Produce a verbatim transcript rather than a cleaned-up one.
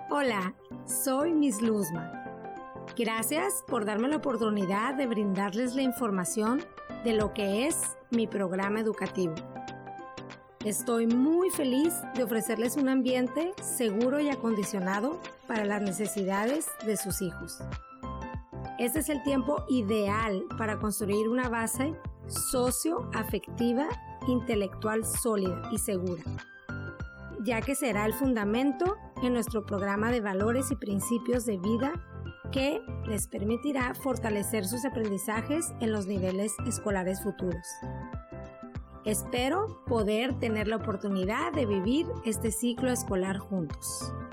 Hola, soy Miss Luzma. Gracias por darme la oportunidad de brindarles la información de lo que es mi programa educativo. Estoy muy feliz de ofrecerles un ambiente seguro y acondicionado para las necesidades de sus hijos. Este es el tiempo ideal para construir una base socioafectiva, intelectual sólida y segura, ya que será el fundamento en nuestro programa de valores y principios de vida que les permitirá fortalecer sus aprendizajes en los niveles escolares futuros. Espero poder tener la oportunidad de vivir este ciclo escolar juntos.